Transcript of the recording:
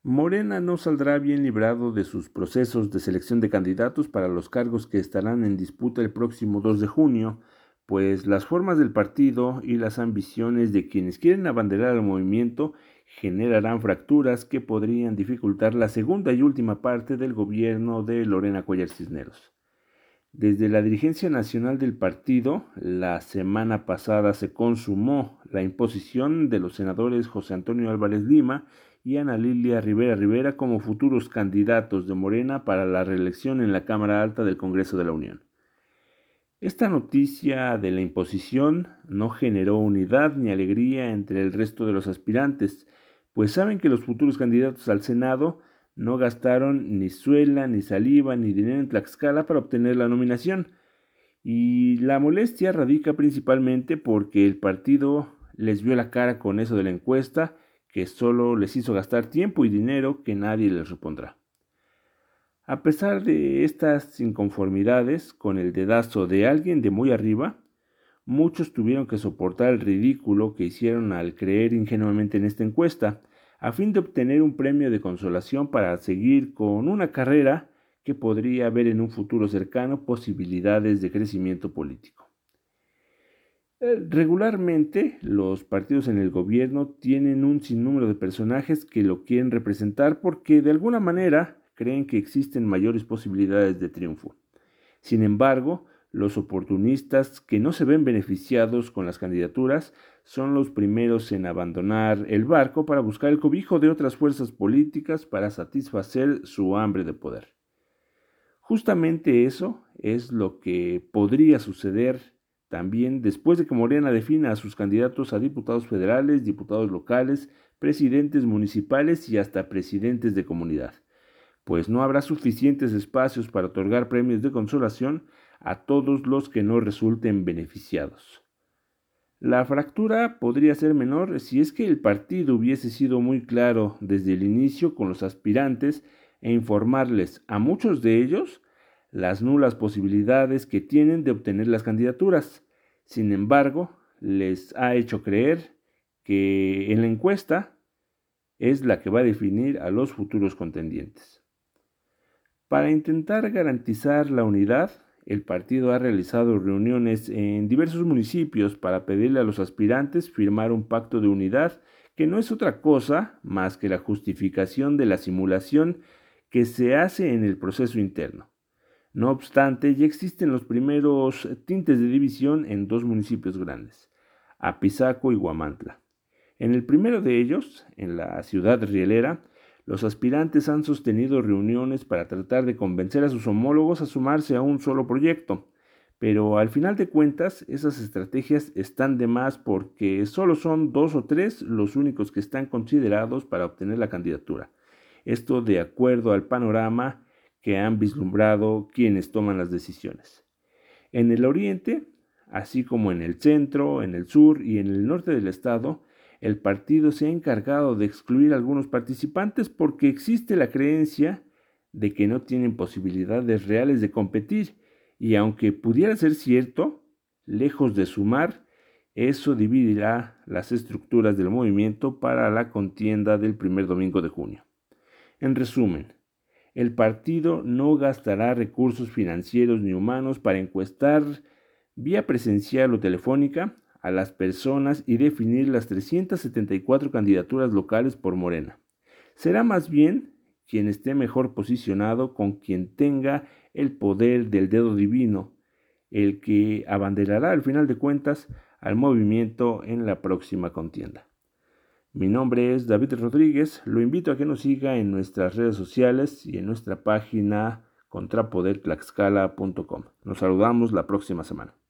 Morena no saldrá bien librado de sus procesos de selección de candidatos para los cargos que estarán en disputa el próximo 2 de junio, pues las formas del partido y las ambiciones de quienes quieren abanderar al movimiento generarán fracturas que podrían dificultar la segunda y última parte del gobierno de Lorena Cuellar Cisneros. Desde la dirigencia nacional del partido, la semana pasada se consumó la imposición de los senadores José Antonio Álvarez Lima y Ana Lilia Rivera Rivera como futuros candidatos de Morena para la reelección en la Cámara Alta del Congreso de la Unión. Esta noticia de la imposición no generó unidad ni alegría entre el resto de los aspirantes, pues saben que los futuros candidatos al Senado no gastaron ni suela, ni saliva, ni dinero en Tlaxcala para obtener la nominación. Y la molestia radica principalmente porque el partido les vio la cara con eso de la encuesta, que solo les hizo gastar tiempo y dinero que nadie les repondrá. A pesar de estas inconformidades con el dedazo de alguien de muy arriba, muchos tuvieron que soportar el ridículo que hicieron al creer ingenuamente en esta encuesta, a fin de obtener un premio de consolación para seguir con una carrera que podría ver en un futuro cercano posibilidades de crecimiento político. Regularmente, los partidos en el gobierno tienen un sinnúmero de personajes que lo quieren representar porque de alguna manera creen que existen mayores posibilidades de triunfo. Sin embargo, los oportunistas que no se ven beneficiados con las candidaturas son los primeros en abandonar el barco para buscar el cobijo de otras fuerzas políticas para satisfacer su hambre de poder. Justamente eso es lo que podría suceder también después de que Morena defina a sus candidatos a diputados federales, diputados locales, presidentes municipales y hasta presidentes de comunidad, pues no habrá suficientes espacios para otorgar premios de consolación a todos los que no resulten beneficiados. La fractura podría ser menor si es que el partido hubiese sido muy claro desde el inicio con los aspirantes e informarles a muchos de ellos las nulas posibilidades que tienen de obtener las candidaturas. Sin embargo, les ha hecho creer que en la encuesta es la que va a definir a los futuros contendientes. Para intentar garantizar la unidad, el partido ha realizado reuniones en diversos municipios para pedirle a los aspirantes firmar un pacto de unidad que no es otra cosa más que la justificación de la simulación que se hace en el proceso interno. No obstante, ya existen los primeros tintes de división en dos municipios grandes, Apizaco y Huamantla. En el primero de ellos, en la ciudad rielera, los aspirantes han sostenido reuniones para tratar de convencer a sus homólogos a sumarse a un solo proyecto, pero al final de cuentas esas estrategias están de más porque solo son 2 o 3 los únicos que están considerados para obtener la candidatura. Esto de acuerdo al panorama que han vislumbrado quienes toman las decisiones. En el oriente, así como en el centro, en el sur y en el norte del estado, el partido se ha encargado de excluir a algunos participantes porque existe la creencia de que no tienen posibilidades reales de competir y aunque pudiera ser cierto, lejos de sumar, eso dividirá las estructuras del movimiento para la contienda del primer domingo de junio. En resumen, el partido no gastará recursos financieros ni humanos para encuestar vía presencial o telefónica a las personas y definir las 374 candidaturas locales por Morena. Será más bien quien esté mejor posicionado con quien tenga el poder del dedo divino, el que abanderará al final de cuentas al movimiento en la próxima contienda. Mi nombre es David Rodríguez, lo invito a que nos siga en nuestras redes sociales y en nuestra página contrapodertlaxcala.com. Nos saludamos la próxima semana.